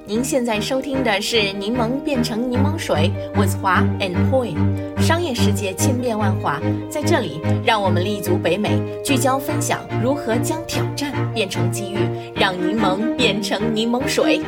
您现在收听的是柠檬变成柠檬水 with 华 and Poi。 商业世界千变万化，在这里让我们立足北美，聚焦分享如何将挑战变成机遇，让柠檬变成柠檬水。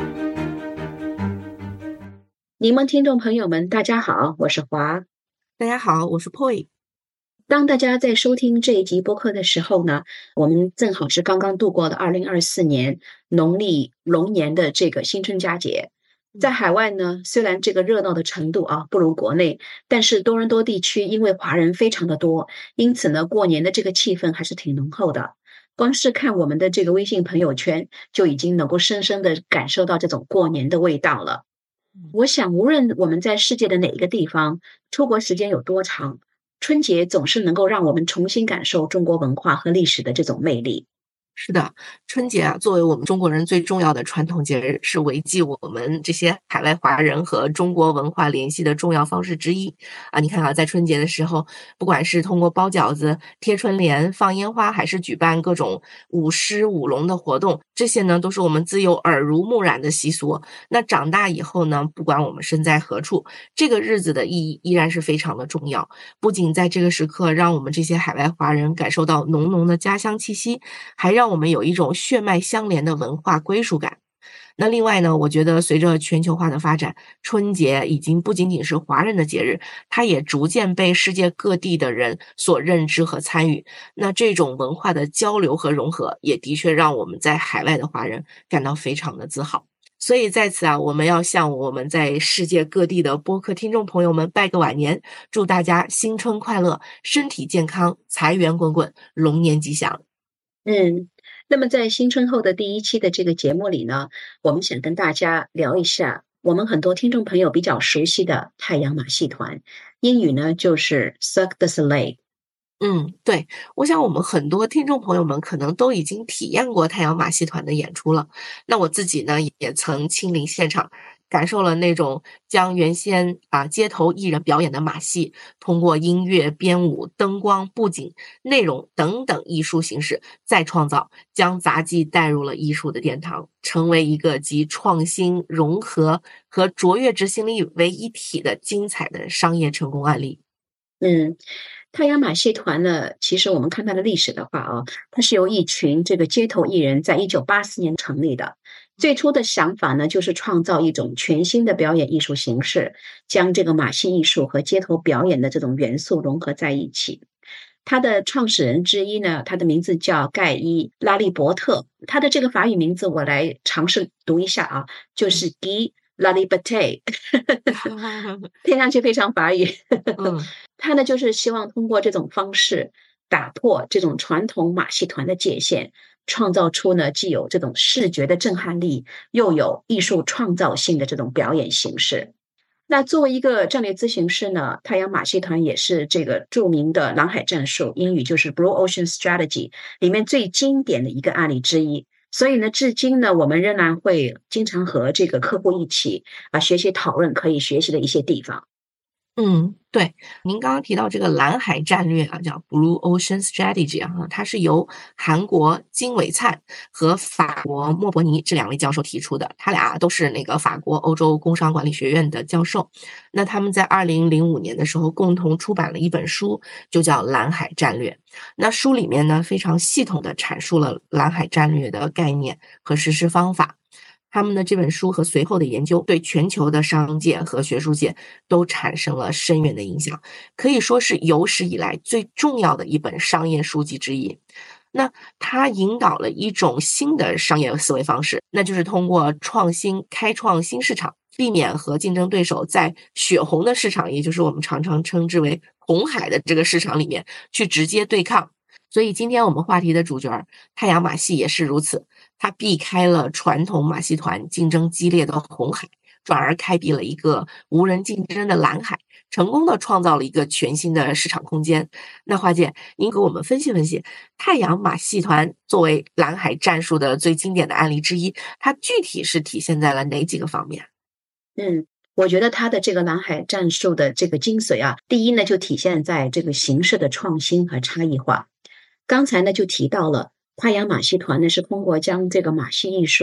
柠檬听众朋友们大家好，我是华。 大家好，我是 Poi。 当大家在收听这一集播客的时候呢，我们正好是刚刚度过了2024年农历龙年的这个新春佳节。在海外呢，虽然这个热闹的程度不如国内，但是多伦多地区因为华人非常的多，因此呢，过年的这个气氛还是挺浓厚的。光是看我们的这个微信朋友圈，就已经能够深深的感受到这种过年的味道了。我想无论我们在世界的哪一个地方，出国时间有多长，春节总是能够让我们重新感受中国文化和历史的这种魅力。 是的，春节作为我们中国人最重要的传统节日，是维系我们这些海外华人和中国文化联系的重要方式之一你看在春节的时候，不管是通过包饺子、贴春联、放烟花，还是举办各种舞狮舞龙的活动，这些呢都是我们自幼耳濡目染的习俗。那长大以后呢，不管我们身在何处，这个日子的意义依然是非常的重要。不仅在这个时刻让我们这些海外华人感受到浓浓的家乡气息，还让我们有一种血脉相连的文化归属感。那另外呢，我觉得随着全球化的发展，春节已经不仅仅是华人的节日，它也逐渐被世界各地的人所认知和参与。那这种文化的交流和融合，也的确让我们在海外的华人感到非常的自豪。所以在此我们要向我们在世界各地的播客听众朋友们拜个晚年，祝大家新春快乐，身体健康，财源滚滚，龙年吉祥。 那么在新春后的第一期的这个节目里呢，我们想跟大家聊一下我们很多听众朋友比较熟悉的太阳马戏团，英语呢就是 Cirque du Soleil。 对，我想我们很多听众朋友们可能都已经体验过太阳马戏团的演出了。那我自己呢，也曾亲临现场，感受了那种将原先街头艺人表演的马戏，通过音乐、编舞、灯光、布景、内容等等艺术形式再创造，将杂技带入了艺术的殿堂，成为一个集创新、融合和卓越执行力为一体的精彩的商业成功案例。 太阳马戏团呢，其实我们看它的历史的话它是由一群这个街头艺人在1984年成立的。最初的想法呢，就是创造一种全新的表演艺术形式，将这个马戏艺术和街头表演的这种元素融合在一起。他的创始人之一呢，他的名字叫盖伊·拉利伯特，他的这个法语名字我来尝试读一下就是 Guy Laliberté 听上去非常法语他呢就是希望通过这种方式打破这种传统马戏团的界限，创造出呢既有这种视觉的震撼力，又有艺术创造性的这种表演形式。那作为一个战略咨询师呢，太阳马戏团也是这个著名的蓝海战术，英语就是 Blue Ocean Strategy 里面最经典的一个案例之一。所以呢，至今呢，我们仍然会经常和这个客户一起学习讨论可以学习的一些地方。 对，您刚刚提到这个蓝海战略叫 Blue Ocean Strategy 它是由韩国金伟灿和法国莫伯尼这两位教授提出的，他俩都是那个法国欧洲工商管理学院的教授。那他们在2005年的时候共同出版了一本书，就叫蓝海战略。那书里面呢，非常系统的阐述了蓝海战略的概念和实施方法。他们的这本书和随后的研究对全球的商界和学术界都产生了深远的影响，可以说是有史以来最重要的一本商业书籍之一。那它引导了一种新的商业思维方式，那就是通过创新开创新市场，避免和竞争对手在血红的市场，也就是我们常常称之为红海的这个市场里面去直接对抗。所以今天我们话题的主角太阳马戏也是如此，它避开了传统马戏团竞争激烈的红海，转而开辟了一个无人竞争的蓝海，成功的创造了一个全新的市场空间。那华姐，您给我们分析分析，太阳马戏团作为蓝海战术的最经典的案例之一，它具体是体现在了哪几个方面？ 我觉得它的这个蓝海战术的这个精髓第一呢，就体现在这个形式的创新和差异化。刚才呢就提到了太阳马戏团呢是通过将这个马戏艺术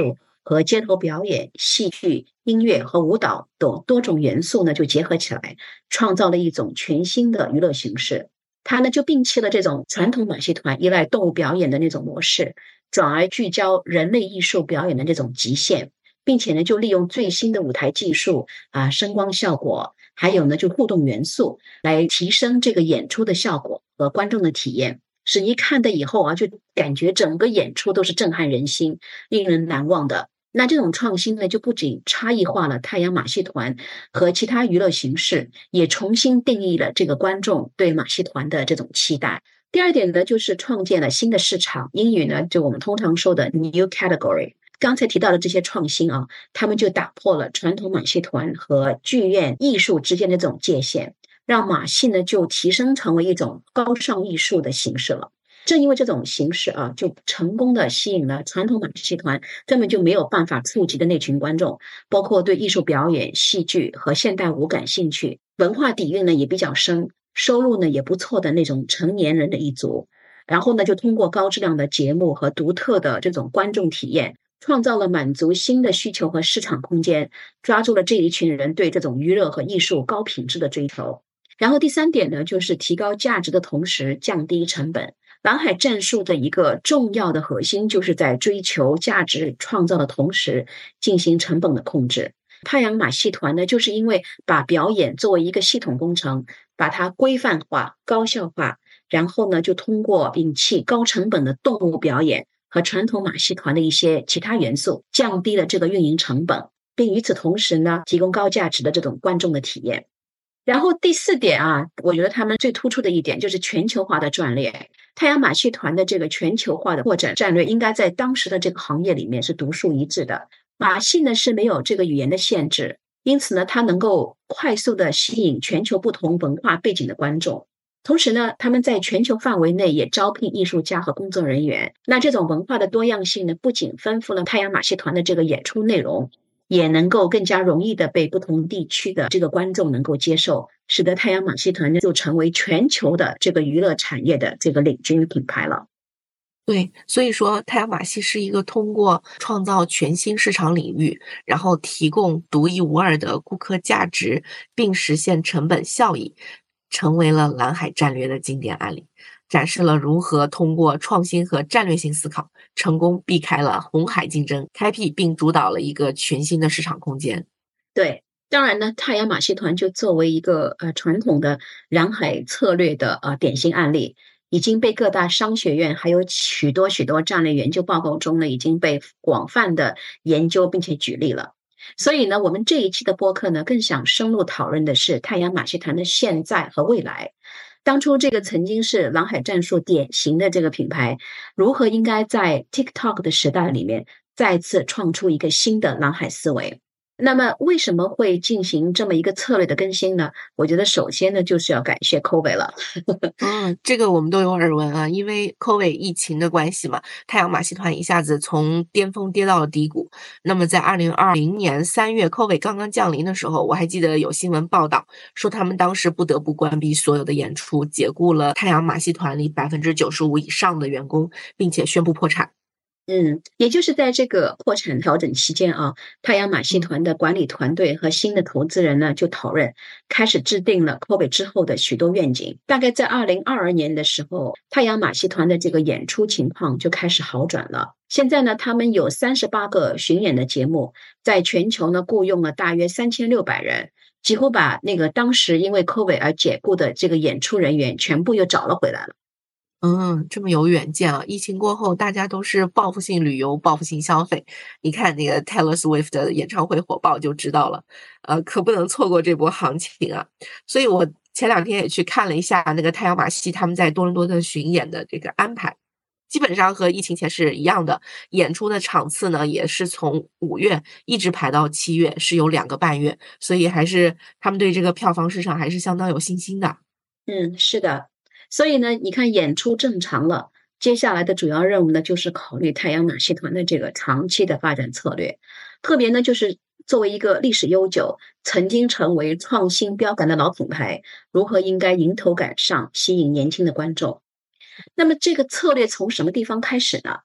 和街头表演、戏剧、音乐和舞蹈等多种元素呢就结合起来，创造了一种全新的娱乐形式。它呢就摒弃了这种传统马戏团依赖动物表演的那种模式，转而聚焦人类艺术表演的这种极限，并且呢就利用最新的舞台技术声光效果，还有呢就互动元素来提升这个演出的效果和观众的体验，使你看的以后就感觉整个演出都是震撼人心、令人难忘的。那这种创新呢，就不仅差异化了太阳马戏团和其他娱乐形式，也重新定义了这个观众对马戏团的这种期待。第二点呢，就是创建了新的市场，英语呢，就我们通常说的 new category。刚才提到的这些创新他们就打破了传统马戏团和剧院艺术之间的这种界限，让马戏呢就提升成为一种高尚艺术的形式了。正因为这种形式就成功的吸引了传统马戏团根本就没有办法触及的那群观众，包括对艺术表演、戏剧和现代舞感兴趣，文化底蕴呢也比较深，收入呢也不错的那种成年人的一族。然后呢就通过高质量的节目和独特的这种观众体验，创造了满足新的需求和市场空间，抓住了这一群人对这种娱乐和艺术高品质的追求。然后第三点呢，就是提高价值的同时降低成本。蓝海战术的一个重要的核心就是在追求价值创造的同时进行成本的控制。太阳马戏团呢，就是因为把表演作为一个系统工程，把它规范化、高效化，然后呢就通过摒弃高成本的动物表演和传统马戏团的一些其他元素，降低了这个运营成本，并与此同时呢提供高价值的这种观众的体验。然后第四点我觉得他们最突出的一点就是全球化的战略。太阳马戏团的这个全球化的扩展战略应该在当时的这个行业里面是独树一帜的。马戏呢是没有这个语言的限制，因此呢它能够快速的吸引全球不同文化背景的观众。同时呢他们在全球范围内也招聘艺术家和工作人员。那这种文化的多样性呢，不仅丰富了太阳马戏团的这个演出内容，也能够更加容易的被不同地区的这个观众能够接受，使得太阳马戏团呢就成为全球的这个娱乐产业的这个领军品牌了。 对，所以说太阳马戏是一个通过创造全新市场领域，然后提供独一无二的顾客价值，并实现成本效益，成为了蓝海战略的经典案例，展示了如何通过创新和战略性思考，成功避开了红海竞争，开辟并主导了一个全新的市场空间。 对，当然呢，太阳马戏团就作为一个传统的蓝海策略的典型案例，已经被各大商学院还有许多战略研究报告中呢，已经被广泛的研究并且举例了。所以呢，我们这一期的播客呢，更想深入讨论的是太阳马戏团的现在和未来。当初这个曾经是蓝海战术典型的这个品牌，如何应该在 TikTok 的时代里面再次创出一个新的蓝海思维。那么为什么会进行这么一个策略的更新呢？我觉得首先呢，就是要感谢 COVID 了。 这个我们都有耳闻因为 COVID 疫情的关系嘛，太阳马戏团一下子从巅峰跌到了低谷。那么在2020年3月 COVID 刚刚降临的时候，我还记得有新闻报道说他们当时不得不关闭所有的演出，解雇了太阳马戏团里95%以上的员工，并且宣布破产。 也就是在这个破产调整期间太阳马戏团的管理团队和新的投资人呢就讨论，开始制定了 COVID 之后的许多愿景。大概在2022年的时候，太阳马戏团的这个演出情况就开始好转了。现在呢，他们有38个巡演的节目，在全球呢雇佣了大约3600人，几乎把那个当时因为 COVID 而解雇的这个演出人员全部又找了回来了。 这么有远见疫情过后大家都是报复性旅游、报复性消费。你看那个 Taylor Swift 的演唱会火爆就知道了，可不能错过这波行情所以我前2天也去看了一下那个太阳马戏他们在多伦多的巡演的这个安排，基本上和疫情前是一样的。演出的场次呢，也是从5月一直排到7月，是有2个半月，所以还是他们对这个票房市场还是相当有信心的。 是的。所以呢，你看演出正常了，接下来的主要任务呢，就是考虑太阳马戏团的这个长期的发展策略。特别呢，就是作为一个历史悠久、曾经成为创新标杆的老品牌，如何应该迎头赶上，吸引年轻的观众。那么这个策略从什么地方开始呢？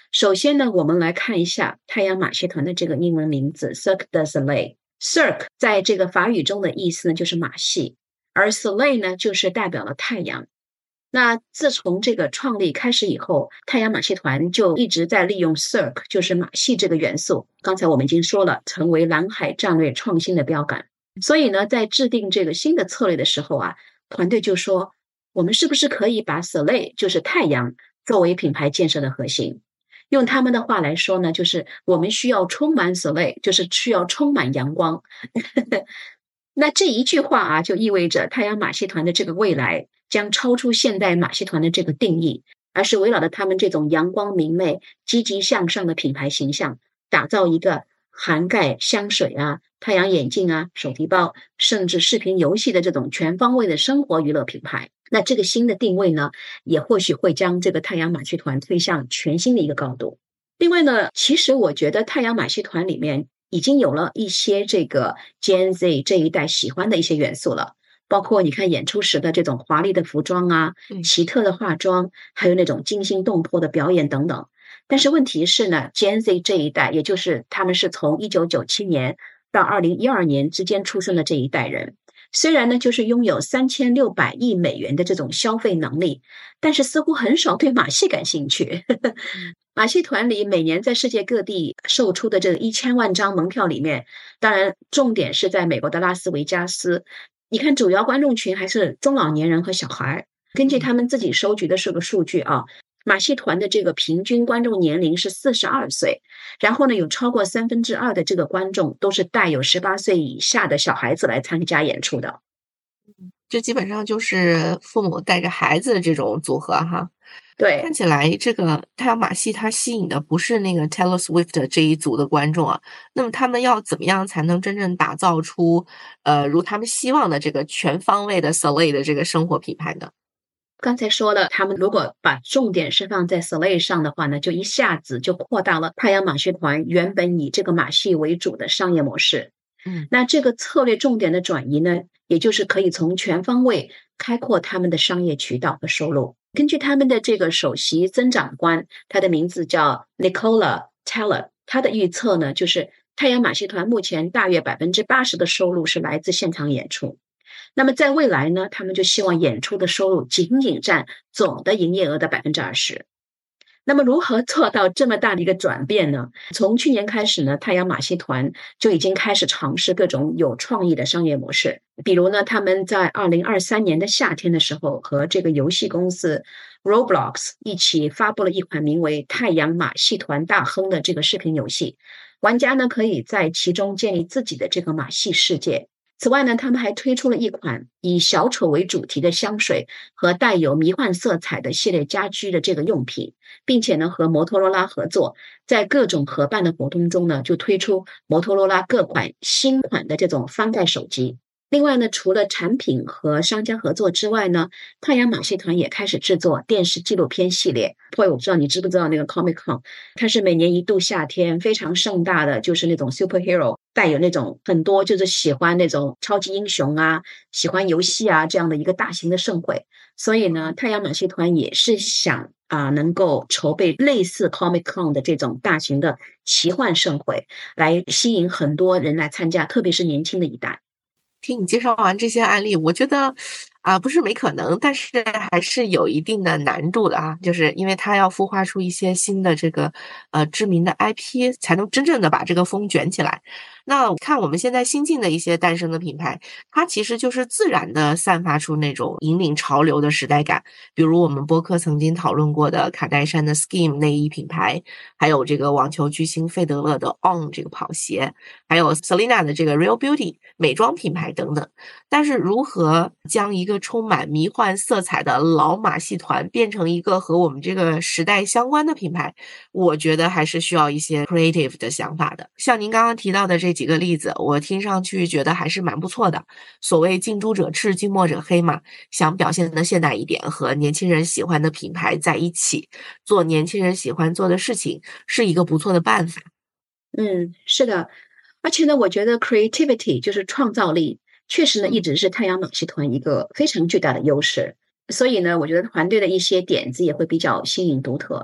首先呢，我们来看一下太阳马戏团的这个英文名字 Cirque du Soleil。Cirque 在这个法语中的意思呢就是马戏，而 Soleil 呢就是代表了太阳。那自从这个创立开始以后，太阳马戏团就一直在利用 Cirque 就是马戏这个元素，刚才我们已经说了，成为蓝海战略创新的标杆。所以呢，在制定这个新的策略的时候啊，团队就说我们是不是可以把 Soleil 就是太阳作为品牌建设的核心。用他们的话来说呢，就是我们需要充满 Soleil， 就是需要充满阳光。那这一句话啊，就意味着太阳马戏团的这个未来将超出现代马戏团的这个定义，而是围绕着他们这种阳光明媚、积极向上的品牌形象，打造一个涵盖香水啊、太阳眼镜啊、手提包，甚至视频游戏的这种全方位的生活娱乐品牌。那这个新的定位呢，也或许会将这个太阳马戏团推向全新的一个高度。另外呢，其实我觉得太阳马戏团里面已经有了一些这个 Gen Z 这一代喜欢的一些元素了，包括你看演出时的这种华丽的服装啊、奇特的化妆，还有那种惊心动魄的表演等等。但是问题是呢 Gen Z 这一代，也就是他们是从1997年到2012年之间出生的这一代人，虽然呢就是拥有3600亿美元的这种消费能力，但是似乎很少对马戏感兴趣。马戏团里每年在世界各地售出的这个1000万张门票里面，当然重点是在美国的拉斯维加斯，你看主要观众群还是中老年人和小孩。根据他们自己收集的这个数据啊，马戏团的这个平均观众年龄是42岁，然后呢有超过2/3的这个观众都是带有18岁以下的小孩子来参加演出的。 这基本上就是父母带着孩子的这种组合哈。 对， 看起来这个太阳马戏它吸引的不是那个 Taylor Swift 这一组的观众啊，那么他们要怎么样才能真正打造出如他们希望的这个全方位的 Soleil 的这个生活品牌呢？ 刚才说了，他们如果把重点是放在 Soleil 上的话呢，就一下子就扩大了太阳马戏团原本以这个马戏为主的商业模式。那这个策略重点的转移呢，也就是可以从全方位开阔他们的商业渠道和收入。根据他们的这个首席增长官，他的名字叫 Nicola Teller， 他的预测呢，就是太阳马戏团目前大约80%的收入是来自现场演出。那么在未来呢，他们就希望演出的收入仅仅占总的营业额的20%。那么如何做到这么大的一个转变呢？从去年开始呢，太阳马戏团就已经开始尝试各种有创意的商业模式。比如呢，他们在2023年的夏天的时候，和这个游戏公司 Roblox 一起发布了一款名为《太阳马戏团大亨》的这个视频游戏。玩家呢可以在其中建立自己的这个马戏世界。此外呢，他们还推出了一款以小丑为主题的香水和带有迷幻色彩的系列家居的这个用品，并且呢和摩托罗拉合作，在各种合办的活动中呢就推出摩托罗拉各款新款的这种翻盖手机。另外呢，除了产品和商家合作之外呢，太阳马戏团也开始制作电视纪录片系列。我不知道你知不知道那个 Comic Con， 它是每年一度夏天非常盛大的，就是那种 superhero， 带有那种很多就是喜欢那种超级英雄啊、喜欢游戏啊这样的一个大型的盛会。所以呢，太阳马戏团也是想能够筹备类似 Comic Con 的这种大型的奇幻盛会，来吸引很多人来参加，特别是年轻的一代。 听你介绍完这些案例，我觉得不是没可能，但是还是有一定的难度的啊，就是因为它要孵化出一些新的这个知名的 IP， 才能真正的把这个风卷起来。那看我们现在新进的一些诞生的品牌，它其实就是自然的散发出那种引领潮流的时代感。比如我们播客曾经讨论过的卡戴珊的 Skim 内衣品牌，还有这个网球巨星费德勒的 On 这个跑鞋，还有 Selena 的这个 Real Beauty 美妆品牌等等。但是如何将一个充满迷幻色彩的老马戏团变成一个和我们这个时代相关的品牌，我觉得还是需要一些 creative 的想法的。像您刚刚提到的这几个例子，我听上去觉得还是蛮不错的。所谓近朱者赤，近墨者黑嘛，想表现的现代一点，和年轻人喜欢的品牌在一起，做年轻人喜欢做的事情，是一个不错的办法。 是的。而且呢，我觉得 creativity 就是创造力，确实呢一直是太阳马戏团一个非常巨大的优势。所以呢，我觉得团队的一些点子也会比较新颖独特。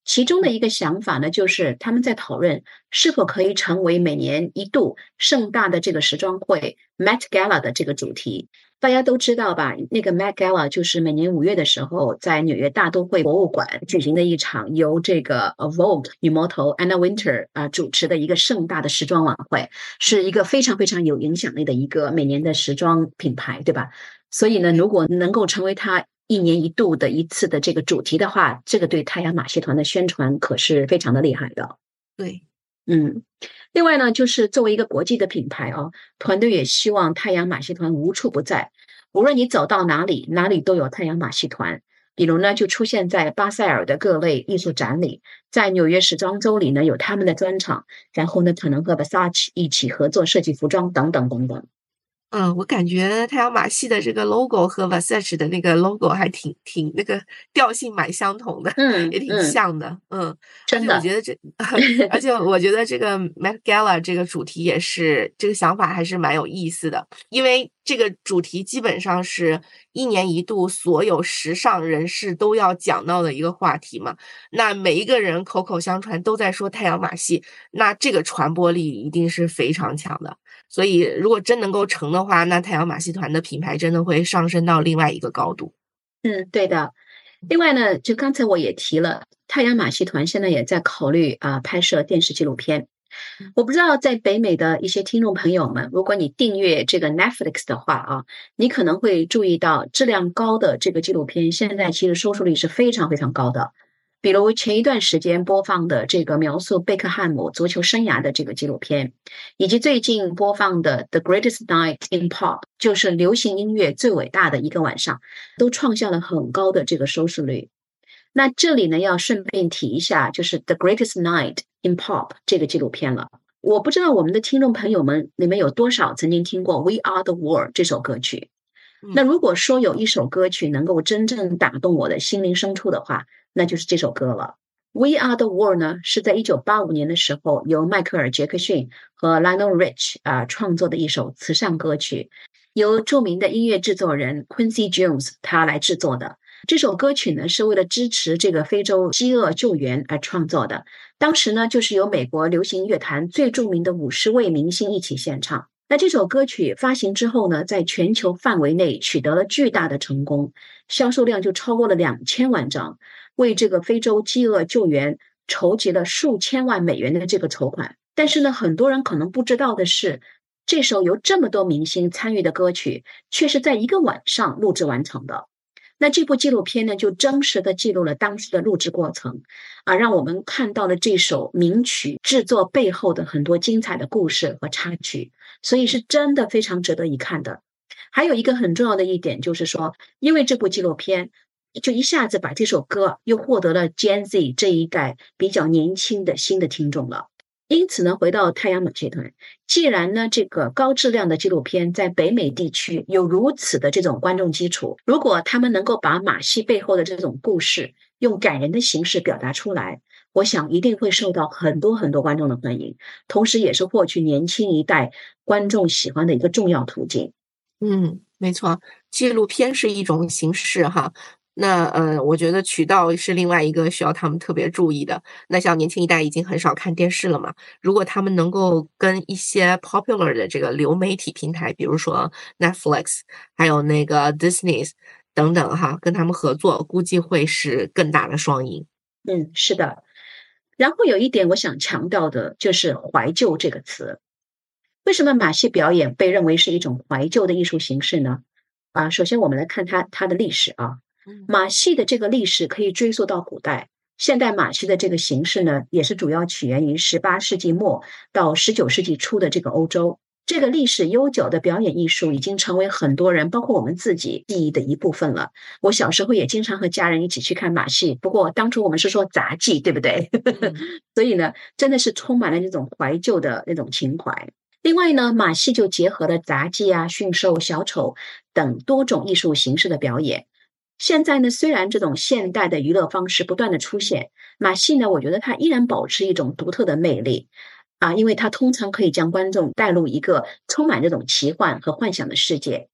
其中的一个想法呢，就是他们在讨论是否可以成为每年一度盛大的这个时装会 Met Gala 的这个主题。大家都知道吧，那个 Met Gala 就是每年5月的时候在纽约大都会博物馆举行的一场由这个 Vogue 女魔头 Anna Wintour 主持的一个盛大的时装晚会，是一个非常非常有影响力的一个每年的时装品牌，对吧？所以呢，如果能够成为它1年1度的一次的这个主题的话，这个对太阳马戏团的宣传可是非常的厉害的。 对， 另外呢，就是作为一个国际的品牌团队也希望太阳马戏团无处不在，无论你走到哪里，哪里都有太阳马戏团。比如呢，就出现在巴塞尔的各类艺术展里，在纽约时装周里呢有他们的专场，然后呢可能和 Versace 一起合作设计服装等等等等。 我感觉太阳马戏的这个 logo 和 Versace 的那个 logo 还挺那个调性蛮相同的，也挺像的。 真的。 而且我觉得这个 Met Gala 这个主题也是，这个想法还是蛮有意思的，因为这个主题基本上是1年1度所有时尚人士都要讲到的一个话题嘛。那每一个人口口相传都在说太阳马戏，那这个传播力一定是非常强的。所以如果真能够成的话，那太阳马戏团的品牌真的会上升到另外一个高度。 对的。另外呢，就刚才我也提了，太阳马戏团现在也在考虑拍摄电视纪录片。我不知道在北美的一些听众朋友们，如果你订阅这个 Netflix 的话你可能会注意到质量高的这个纪录片现在其实收视率是非常非常高的。比如前一段时间播放的这个描述贝克汉姆足球生涯的这个纪录片，以及最近播放的 The Greatest Night in Pop， 就是流行音乐最伟大的一个晚上，都创下了很高的这个收视率。那这里呢，要顺便提一下，就是 The Greatest Night in Pop 这个纪录片了。我不知道我们的听众朋友们里面有多少曾经听过 We Are the World 这首歌曲。那如果说有一首歌曲能够真正打动我的心灵深处的话，那就是这首歌了。We Are the World 呢，是在1985年的时候由迈克尔·杰克逊和 Lionel Rich 创作的一首慈善歌曲，由著名的音乐制作人 Quincy Jones 他来制作的。这首歌曲呢，是为了支持这个非洲饥饿救援而创作的。当时呢，就是由美国流行乐坛最著名的50位明星一起献唱。那这首歌曲发行之后呢，在全球范围内取得了巨大的成功，销售量就超过了2000万张，为这个非洲饥饿救援筹集了数千万美元的这个筹款。但是呢，很多人可能不知道的是，这首由这么多明星参与的歌曲，却是在一个晚上录制完成的。那这部纪录片呢，就真实的记录了当时的录制过程让我们看到了这首名曲制作背后的很多精彩的故事和插曲，所以是真的非常值得一看的。还有一个很重要的一点就是说，因为这部纪录片就一下子把这首歌又获得了 Gen Z 这一代比较年轻的新的听众了。因此呢，回到太阳马戏团，既然呢这个高质量的纪录片在北美地区有如此的这种观众基础，如果他们能够把马戏背后的这种故事用感人的形式表达出来，我想一定会受到很多很多观众的欢迎，同时也是获取年轻一代观众喜欢的一个重要途径。 没错，纪录片是一种形式哈。那我觉得渠道是另外一个需要他们特别注意的。那像年轻一代已经很少看电视了嘛，如果他们能够跟一些 popular 的这个流媒体平台，比如说 Netflix 还有那个 Disney 等等哈，跟他们合作，估计会是更大的双赢。 是的。然后有一点我想强调的就是怀旧这个词。为什么马戏表演被认为是一种怀旧的艺术形式呢？首先我们来看它的历史马戏的这个历史可以追溯到古代，现代马戏的这个形式呢，也是主要起源于18世纪末到19世纪初的这个欧洲。这个历史悠久的表演艺术已经成为很多人，包括我们自己记忆的一部分了。我小时候也经常和家人一起去看马戏，不过当初我们是说杂技，对不对？所以呢，真的是充满了那种怀旧的那种情怀。另外呢，马戏就结合了杂技驯兽、小丑等多种艺术形式的表演。现在呢，虽然这种现代的娱乐方式不断的出现，马戏呢，我觉得它依然保持一种独特的魅力因为它通常可以将观众带入一个充满这种奇幻和幻想的世界。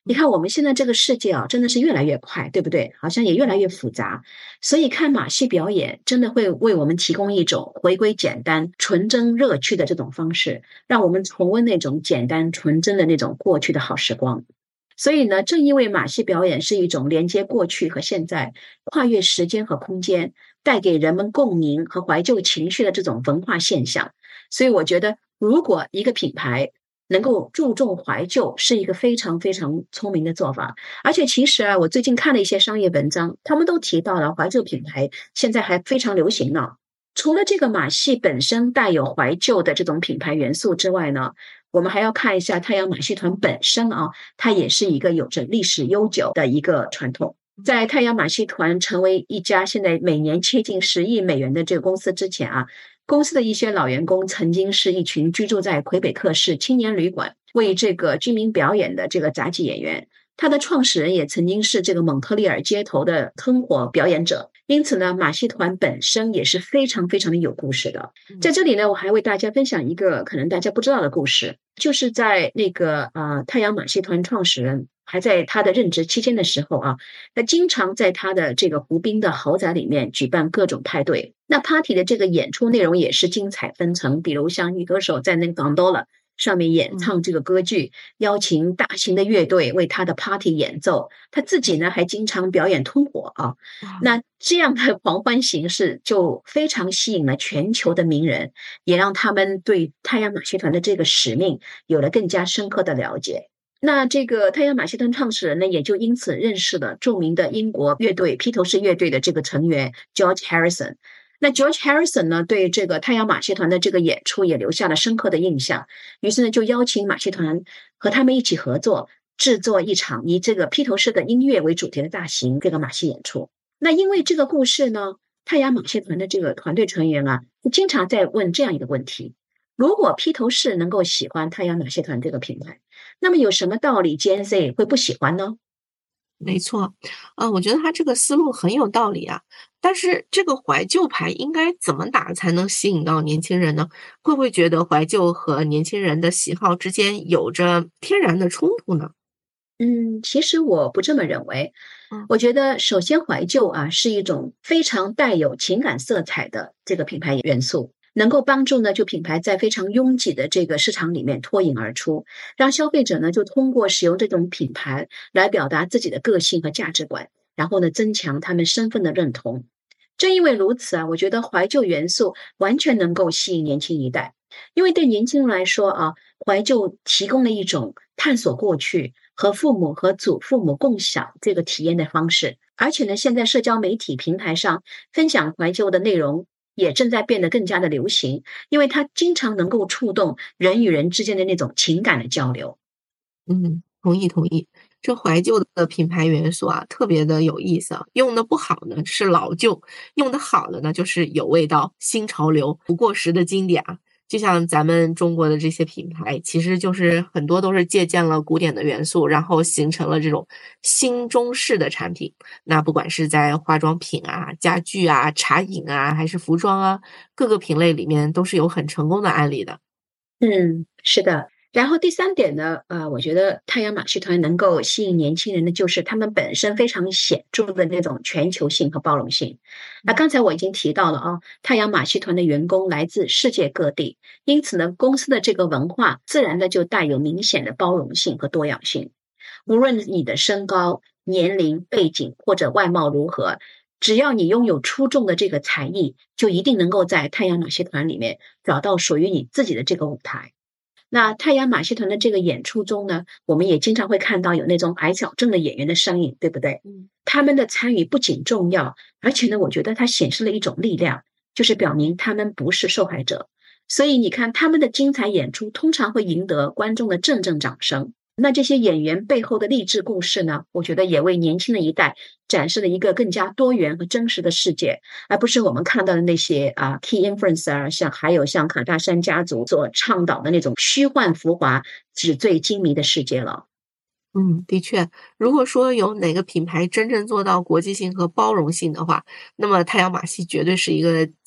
你看我们现在这个世界啊，真的是越来越快，对不对？好像也越来越复杂，所以看马戏表演真的会为我们提供一种回归简单、纯真乐趣的这种方式，让我们重温那种简单纯真的那种过去的好时光。所以呢，正因为马戏表演是一种连接过去和现在、跨越时间和空间，带给人们共鸣和怀旧情绪的这种文化现象，所以我觉得，如果一个品牌能够注重怀旧，是一个非常非常聪明的做法。而且其实啊，我最近看了一些商业文章，他们都提到了怀旧品牌现在还非常流行呢。除了这个马戏本身带有怀旧的这种品牌元素之外呢，我们还要看一下太阳马戏团本身啊，它也是一个有着历史悠久的一个传统。在太阳马戏团成为一家现在每年接近10亿美元的这个公司之前啊，公司的一些老员工曾经是一群居住在魁北克市青年旅馆为这个居民表演的这个杂技演员，他的创始人也曾经是这个蒙特利尔街头的喷火表演者。因此呢，马戏团本身也是非常非常的有故事的。在这里呢，我还为大家分享一个可能大家不知道的故事，就是在那个太阳马戏团创始人还在他的任职期间的时候啊，他经常在他的这个湖滨的豪宅里面举办各种派对。那 party 的这个演出内容也是精彩纷呈，比如像女歌手在那个 gondola 上面演唱这个歌剧，邀请大型的乐队为他的 party 演奏，他自己呢还经常表演吞火啊。那这样的狂欢形式就非常吸引了全球的名人，也让他们对太阳马戏团的这个使命有了更加深刻的了解。那这个太阳马戏团创始人呢，也就因此认识了著名的英国乐队披头士乐队的这个成员 George Harrison。那 George Harrison 呢，对这个太阳马戏团的这个演出也留下了深刻的印象，于是呢，就邀请马戏团和他们一起合作，制作一场以这个披头士的音乐为主题的大型这个马戏演出。那因为这个故事呢，太阳马戏团的这个团队成员啊，就经常在问这样一个问题：如果披头士能够喜欢太阳马戏团这个品牌，那么有什么道理 Gen Z 会不喜欢呢？ 没错，我觉得他这个思路很有道理啊。但是这个怀旧牌应该怎么打才能吸引到年轻人呢？会不会觉得怀旧和年轻人的喜好之间有着天然的冲突呢？ 其实我不这么认为。我觉得首先怀旧啊是一种非常带有情感色彩的这个品牌元素，能够帮助呢就品牌在非常拥挤的这个市场里面脱颖而出，让消费者呢就通过使用这种品牌来表达自己的个性和价值观，然后呢增强他们身份的认同。正因为如此啊，我觉得怀旧元素完全能够吸引年轻一代，因为对年轻人来说啊，怀旧提供了一种探索过去和父母和祖父母共享这个体验的方式。而且呢，现在社交媒体平台上分享怀旧的内容也正在变得更加的流行，因为它经常能够触动人与人之间的那种情感的交流。 同意。这怀旧的品牌元素啊，特别的有意思啊。用的不好呢是老旧，用的好的呢就是有味道、新潮流、不过时的经典啊。就像咱们中国的这些品牌，其实就是很多都是借鉴了古典的元素，然后形成了这种新中式的产品。那不管是在化妆品啊、家具啊、茶饮啊，还是服装啊，各个品类里面都是有很成功的案例的。 是的。然后第三点呢，我觉得太阳马戏团能够吸引年轻人的就是他们本身非常显著的那种全球性和包容性。那刚才我已经提到了啊，太阳马戏团的员工来自世界各地，因此呢，公司的这个文化自然的就带有明显的包容性和多样性。无论你的身高、年龄、背景或者外貌如何，只要你拥有出众的这个才艺，就一定能够在太阳马戏团里面找到属于你自己的这个舞台。那太阳马戏团的这个演出中呢，我们也经常会看到有那种矮小症的演员的身影，对不对？他们的参与不仅重要，而且呢，我觉得它显示了一种力量，就是表明他们不是受害者。所以你看，他们的精彩演出通常会赢得观众的阵阵掌声。那这些演员背后的励志故事呢，我觉得也为年轻的一代展示了一个更加多元和真实的世界，而不是我们看到的那些key influencer 还有像卡戴珊家族所倡导的那种虚幻浮华、纸醉金迷的世界了。 的确，如果说有哪个品牌真正做到国际性和包容性的话，那么太阳马戏绝对是一个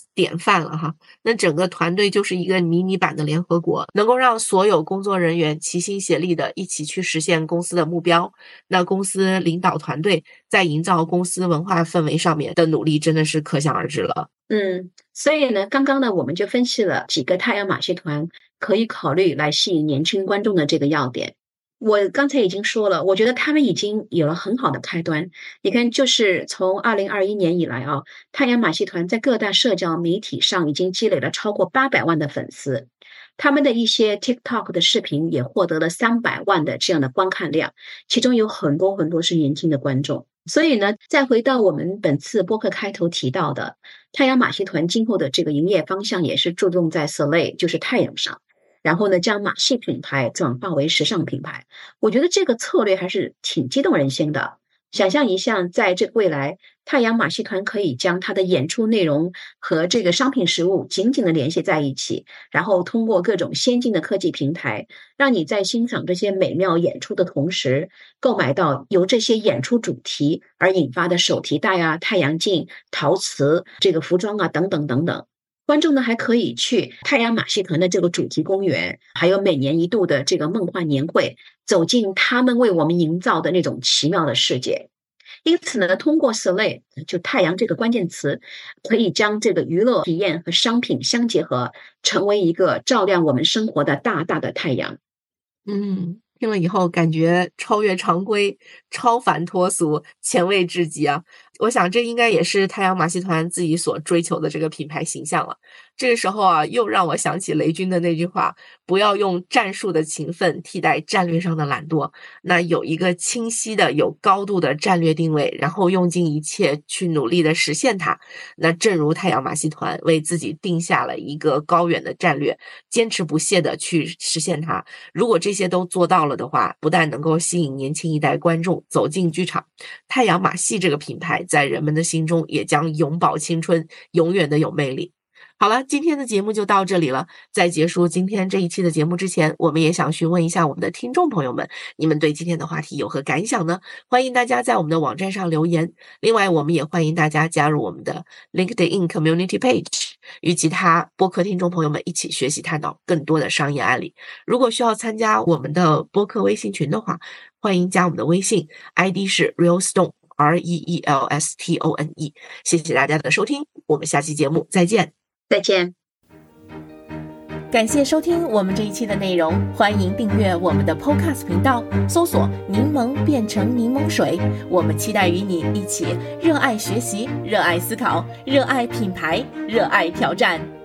典范了哈。那整个团队就是一个迷你版的联合国，能够让所有工作人员齐心协力的一起去实现公司的目标。那公司领导团队在营造公司文化氛围上面的努力真的是可想而知了。 所以呢，刚刚呢，我们就分析了几个太阳马戏团可以考虑来吸引年轻观众的这个要点。我刚才已经说了，我觉得他们已经有了很好的开端。你看，就是从2021年以来啊，太阳马戏团在各大社交媒体上已经积累了超过800万的粉丝，他们的一些 TikTok 的视频也获得了300万的这样的观看量，其中有很多很多是年轻的观众。所以呢，再回到我们本次播客开头提到的，太阳马戏团今后的这个营业方向也是注重在 Soleil， 就是太阳上。然后呢，将马戏品牌转化为时尚品牌，我觉得这个策略还是挺激动人心的。想象一下，在这个未来，太阳马戏团可以将它的演出内容和这个商品实物紧紧的联系在一起，然后通过各种先进的科技平台，让你在欣赏这些美妙演出的同时，购买到由这些演出主题而引发的手提袋啊、太阳镜、陶瓷、这个服装啊等等等等。观众呢还可以去太阳马戏团的这个主题公园，还有每年一度的这个梦幻年会，走进他们为我们营造的那种奇妙的世界。因此呢，通过 Soleil 就太阳这个关键词，可以将这个娱乐体验和商品相结合，成为一个照亮我们生活的大大的太阳。 听了以后感觉超越常规，超凡脱俗，前卫至极啊！我想这应该也是太阳马戏团自己所追求的这个品牌形象了。这个时候啊，又让我想起雷军的那句话，不要用战术的勤奋替代战略上的懒惰。那有一个清晰的有高度的战略定位，然后用尽一切去努力的实现它。那正如太阳马戏团为自己定下了一个高远的战略，坚持不懈的去实现它。如果这些都做到了的话，不但能够吸引年轻一代观众走进剧场，太阳马戏这个品牌在人们的心中也将永葆青春，永远的有魅力。好了，今天的节目就到这里了。在结束今天这一期的节目之前，我们也想询问一下我们的听众朋友们，你们对今天的话题有何感想呢？欢迎大家在我们的网站上留言。另外，我们也欢迎大家加入我们的 LinkedIn Community Page， 与其他播客听众朋友们一起学习探讨更多的商业案例。如果需要参加我们的播客微信群的话，欢迎加我们的微信 ，ID 是 Realstone，REELSTONE。谢谢大家的收听，我们下期节目再见。 再见。 感谢收听我们这一期的内容，欢迎订阅我们的 Podcast 频道，搜索柠檬变成柠檬水。我们期待与你一起热爱学习，热爱思考，热爱品牌，热爱挑战。